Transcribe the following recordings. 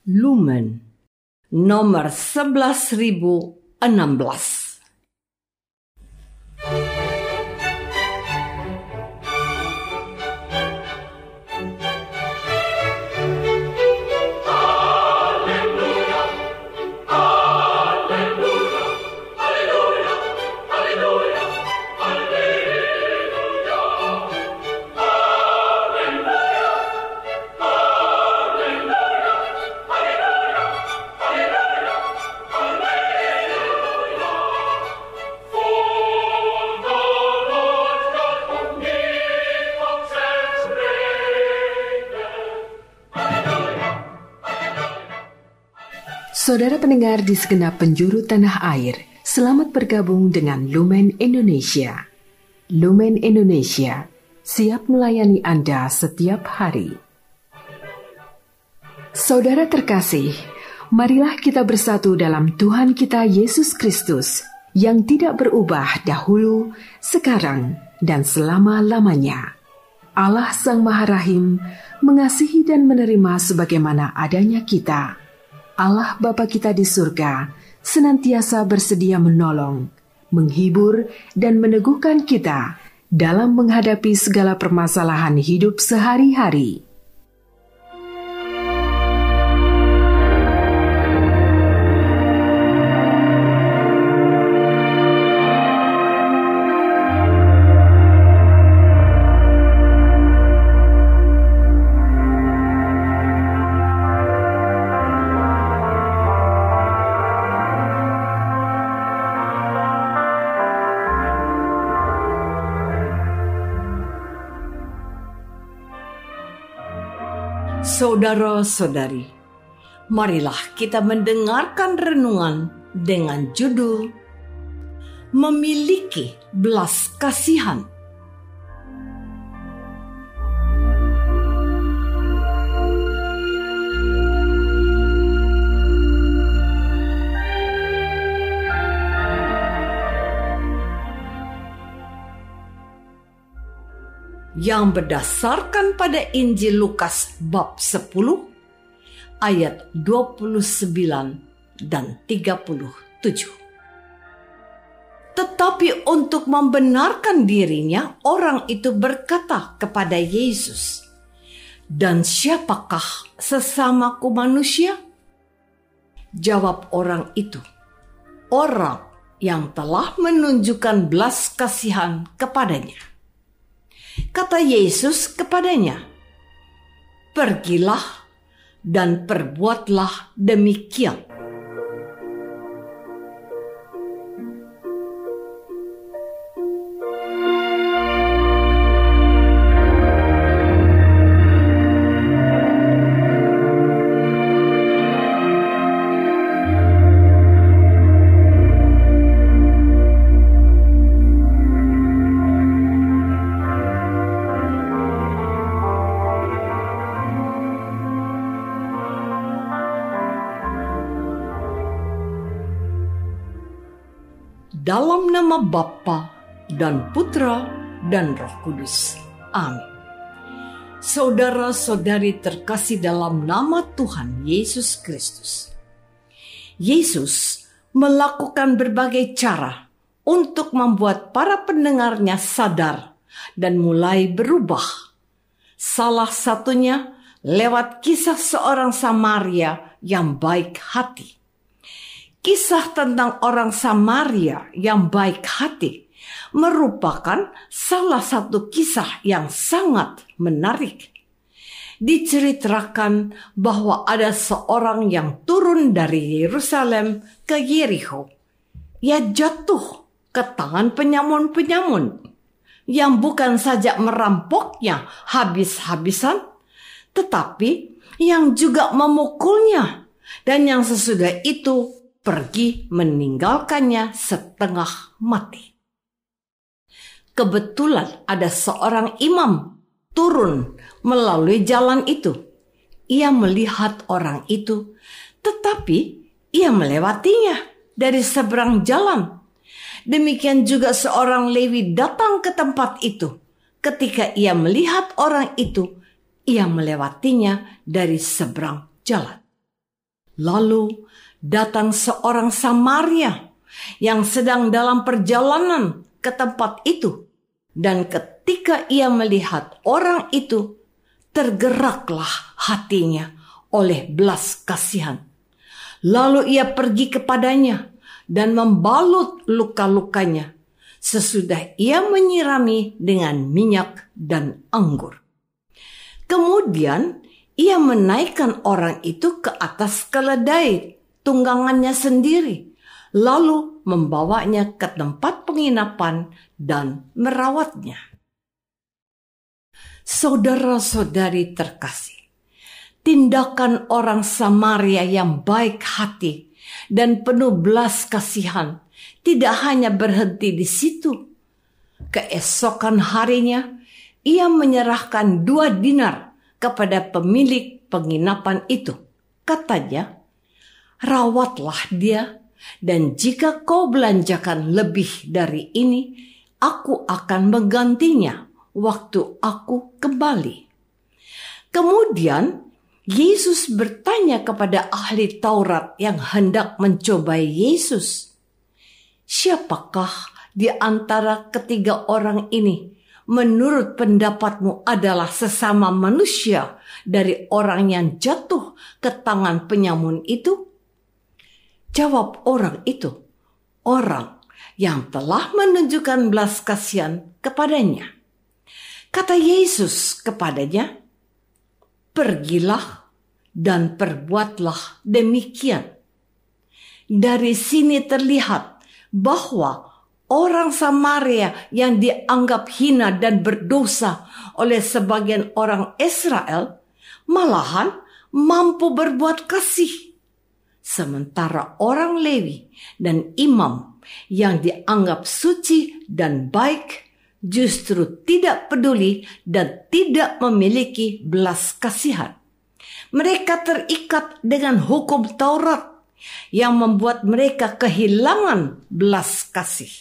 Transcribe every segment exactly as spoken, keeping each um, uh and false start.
Lumen nomor sebelas ribu enam belas. Saudara pendengar di segenap penjuru tanah air, selamat bergabung dengan Lumen Indonesia. Lumen Indonesia siap melayani Anda setiap hari. Saudara terkasih, marilah kita bersatu dalam Tuhan kita Yesus Kristus yang tidak berubah dahulu, sekarang, dan selama-lamanya. Allah Sang Maha Rahim mengasihi dan menerima sebagaimana adanya kita. Allah Bapa kita di surga senantiasa bersedia menolong, menghibur, dan meneguhkan kita dalam menghadapi segala permasalahan hidup sehari-hari. Saudara-saudari, marilah kita mendengarkan renungan dengan judul Memiliki Belas Kasihan. Yang berdasarkan pada Injil Lukas bab sepuluh ayat dua puluh sembilan dan tiga puluh tujuh. Tetapi untuk membenarkan dirinya, orang itu berkata kepada Yesus, "Dan siapakah sesamaku manusia?" Jawab orang itu, "Orang yang telah menunjukkan belas kasihan kepadanya." Kata Yesus kepadanya, "Pergilah dan perbuatlah demikian." Dalam nama Bapa dan Putra dan Roh Kudus. Amin. Saudara-saudari terkasih dalam nama Tuhan Yesus Kristus. Yesus melakukan berbagai cara untuk membuat para pendengarnya sadar dan mulai berubah. Salah satunya lewat kisah seorang Samaria yang baik hati. Kisah tentang orang Samaria yang baik hati merupakan salah satu kisah yang sangat menarik. Diceritakan bahwa ada seorang yang turun dari Yerusalem ke Yerikho. Ia jatuh ke tangan penyamun-penyamun yang bukan saja merampoknya habis-habisan, tetapi yang juga memukulnya, dan yang sesudah itu pergi meninggalkannya setengah mati. Kebetulan ada seorang imam turun melalui jalan itu. Ia melihat orang itu, tetapi ia melewatinya dari seberang jalan. Demikian juga seorang Lewi datang ke tempat itu. Ketika ia melihat orang itu, ia melewatinya dari seberang jalan. Lalu datang seorang Samaria yang sedang dalam perjalanan ke tempat itu. Dan ketika ia melihat orang itu, tergeraklah hatinya oleh belas kasihan. Lalu ia pergi kepadanya dan membalut luka-lukanya, sesudah ia menyirami dengan minyak dan anggur. Kemudian ia menaikkan orang itu ke atas keledai tunggangannya sendiri, lalu membawanya ke tempat penginapan dan merawatnya. Saudara-saudari terkasih, tindakan orang Samaria yang baik hati dan penuh belas kasihan tidak hanya berhenti di situ. Keesokan harinya, ia menyerahkan dua dinar kepada pemilik penginapan itu. Katanya, "Rawatlah dia, dan jika kau belanjakan lebih dari ini, aku akan menggantinya waktu aku kembali." Kemudian Yesus bertanya kepada ahli Taurat yang hendak mencobai Yesus, "Siapakah di antara ketiga orang ini menurut pendapatmu adalah sesama manusia dari orang yang jatuh ke tangan penyamun itu?" Jawab orang itu, "Orang yang telah menunjukkan belas kasihan kepadanya." Kata Yesus kepadanya, "Pergilah dan perbuatlah demikian." Dari sini terlihat bahwa orang Samaria yang dianggap hina dan berdosa oleh sebagian orang Israel malahan mampu berbuat kasih. Sementara orang Lewi dan imam yang dianggap suci dan baik justru tidak peduli dan tidak memiliki belas kasihan. Mereka terikat dengan hukum Taurat yang membuat mereka kehilangan belas kasih.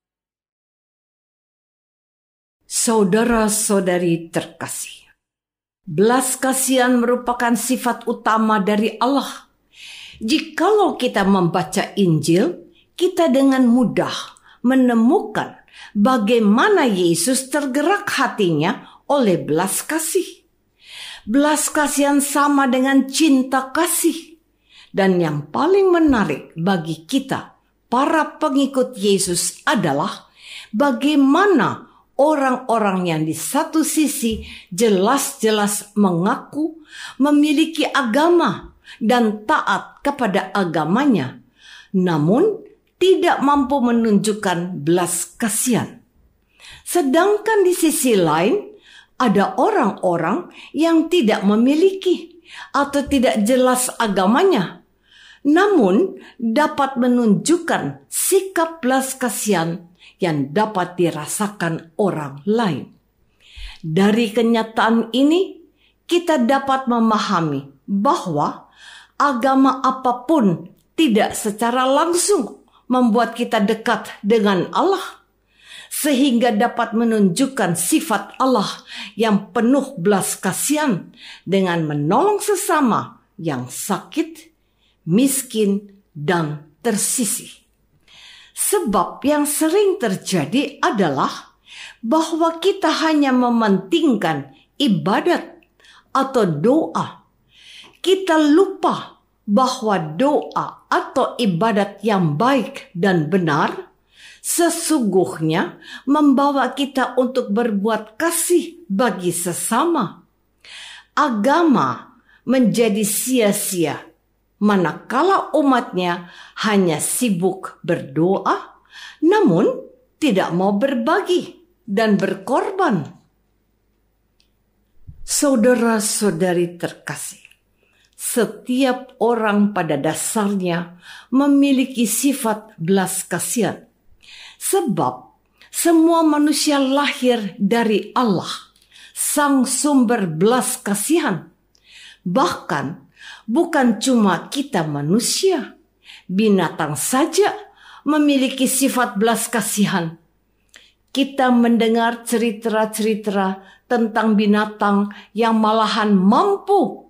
Saudara-saudari terkasih, belas kasihan merupakan sifat utama dari Allah. Jikalau kita membaca Injil, kita dengan mudah menemukan bagaimana Yesus tergerak hatinya oleh belas kasih. Belas kasihan sama dengan cinta kasih. Dan yang paling menarik bagi kita, para pengikut Yesus, adalah bagaimana orang-orang yang di satu sisi jelas-jelas mengaku memiliki agama dan taat kepada agamanya, namun tidak mampu menunjukkan belas kasihan. Sedangkan di sisi lain, ada orang-orang yang tidak memiliki atau tidak jelas agamanya, namun dapat menunjukkan sikap belas kasihan yang dapat dirasakan orang lain. Dari kenyataan ini, kita dapat memahami bahwa agama apapun tidak secara langsung membuat kita dekat dengan Allah, sehingga dapat menunjukkan sifat Allah yang penuh belas kasihan dengan menolong sesama yang sakit, miskin, dan tersisih. Sebab yang sering terjadi adalah bahwa kita hanya mementingkan ibadat atau doa. Kita lupa bahwa doa atau ibadat yang baik dan benar sesungguhnya membawa kita untuk berbuat kasih bagi sesama. Agama menjadi sia-sia manakala umatnya hanya sibuk berdoa, namun tidak mau berbagi dan berkorban. Saudara-saudari terkasih, setiap orang pada dasarnya memiliki sifat belas kasihan. Sebab semua manusia lahir dari Allah, sang sumber belas kasihan. Bahkan bukan cuma kita manusia, binatang saja memiliki sifat belas kasihan. Kita mendengar cerita-cerita tentang binatang yang malahan mampu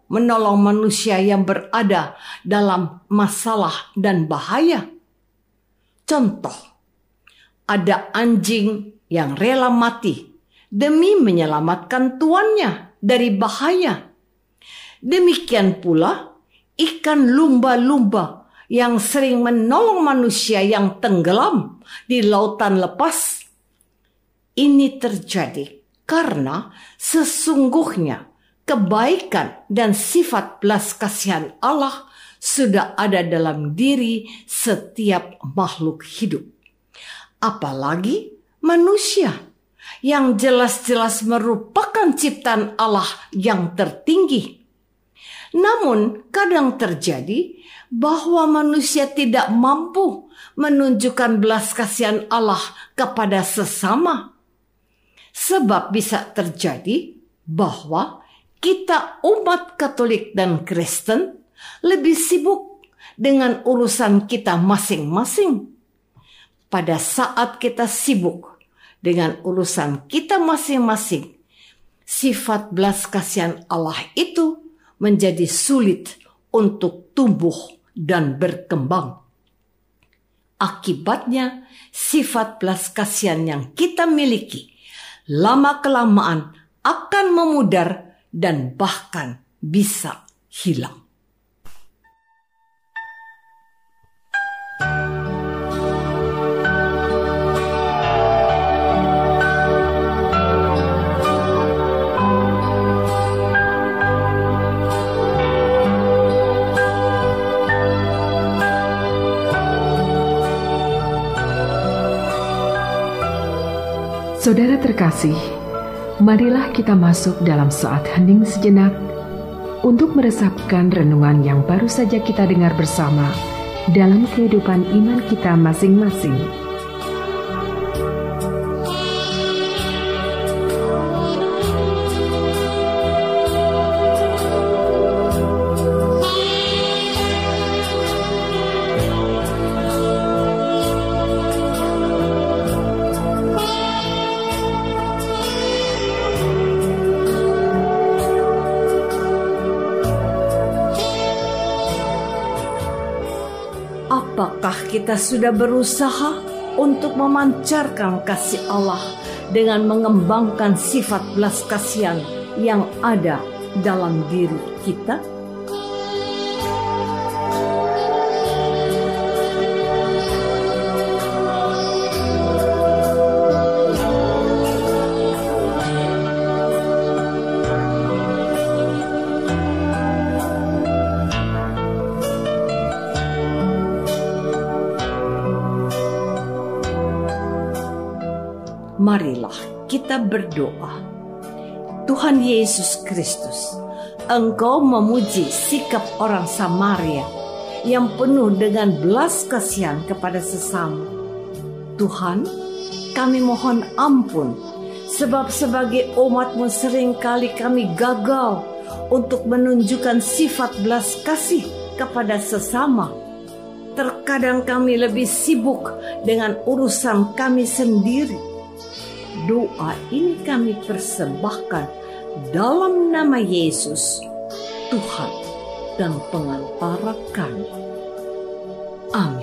menolong manusia yang berada dalam masalah dan bahaya. Contoh, ada anjing yang rela mati demi menyelamatkan tuannya dari bahaya. Demikian pula ikan lumba-lumba yang sering menolong manusia yang tenggelam di lautan lepas. Ini terjadi karena sesungguhnya kebaikan dan sifat belas kasihan Allah sudah ada dalam diri setiap makhluk hidup. Apalagi manusia yang jelas-jelas merupakan ciptaan Allah yang tertinggi. Namun kadang terjadi bahwa manusia tidak mampu menunjukkan belas kasihan Allah kepada sesama. Sebab bisa terjadi bahwa kita umat Katolik dan Kristen lebih sibuk dengan urusan kita masing-masing. Pada saat kita sibuk dengan urusan kita masing-masing, sifat belas kasihan Allah itu menjadi sulit untuk tumbuh dan berkembang. Akibatnya, sifat belas kasihan yang kita miliki lama-kelamaan akan memudar dan bahkan bisa hilang. Saudara terkasih, marilah kita masuk dalam saat hening sejenak untuk meresapkan renungan yang baru saja kita dengar bersama dalam kehidupan iman kita masing-masing. Apakah kita sudah berusaha untuk memancarkan kasih Allah dengan mengembangkan sifat belas kasihan yang ada dalam diri kita? Marilah kita berdoa. Tuhan Yesus Kristus, Engkau memuji sikap orang Samaria yang penuh dengan belas kasihan kepada sesama. Tuhan, kami mohon ampun, sebab sebagai umat-Mu seringkali kami gagal untuk menunjukkan sifat belas kasih kepada sesama. Terkadang kami lebih sibuk dengan urusan kami sendiri. Doa ini kami persembahkan dalam nama Yesus, Tuhan dan Pengantara kami. Amin.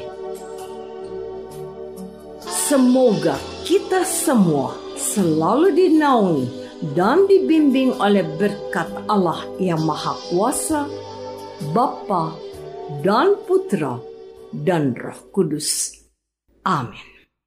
Semoga kita semua selalu dinaungi dan dibimbing oleh berkat Allah yang Maha Kuasa, Bapa dan Putra dan Roh Kudus. Amin.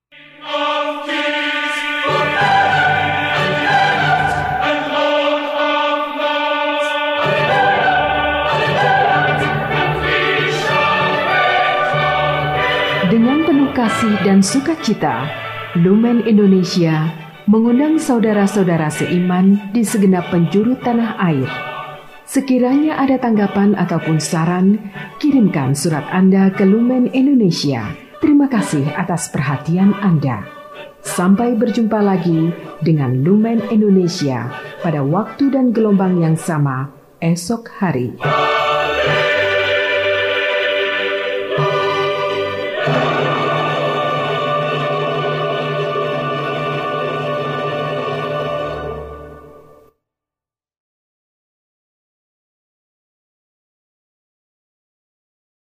Dengan penuh kasih dan sukacita, Lumen Indonesia mengundang saudara-saudara seiman di segenap penjuru tanah air. Sekiranya ada tanggapan ataupun saran, kirimkan surat Anda ke Lumen Indonesia. Terima kasih atas perhatian Anda. Sampai berjumpa lagi dengan Lumen Indonesia pada waktu dan gelombang yang sama esok hari.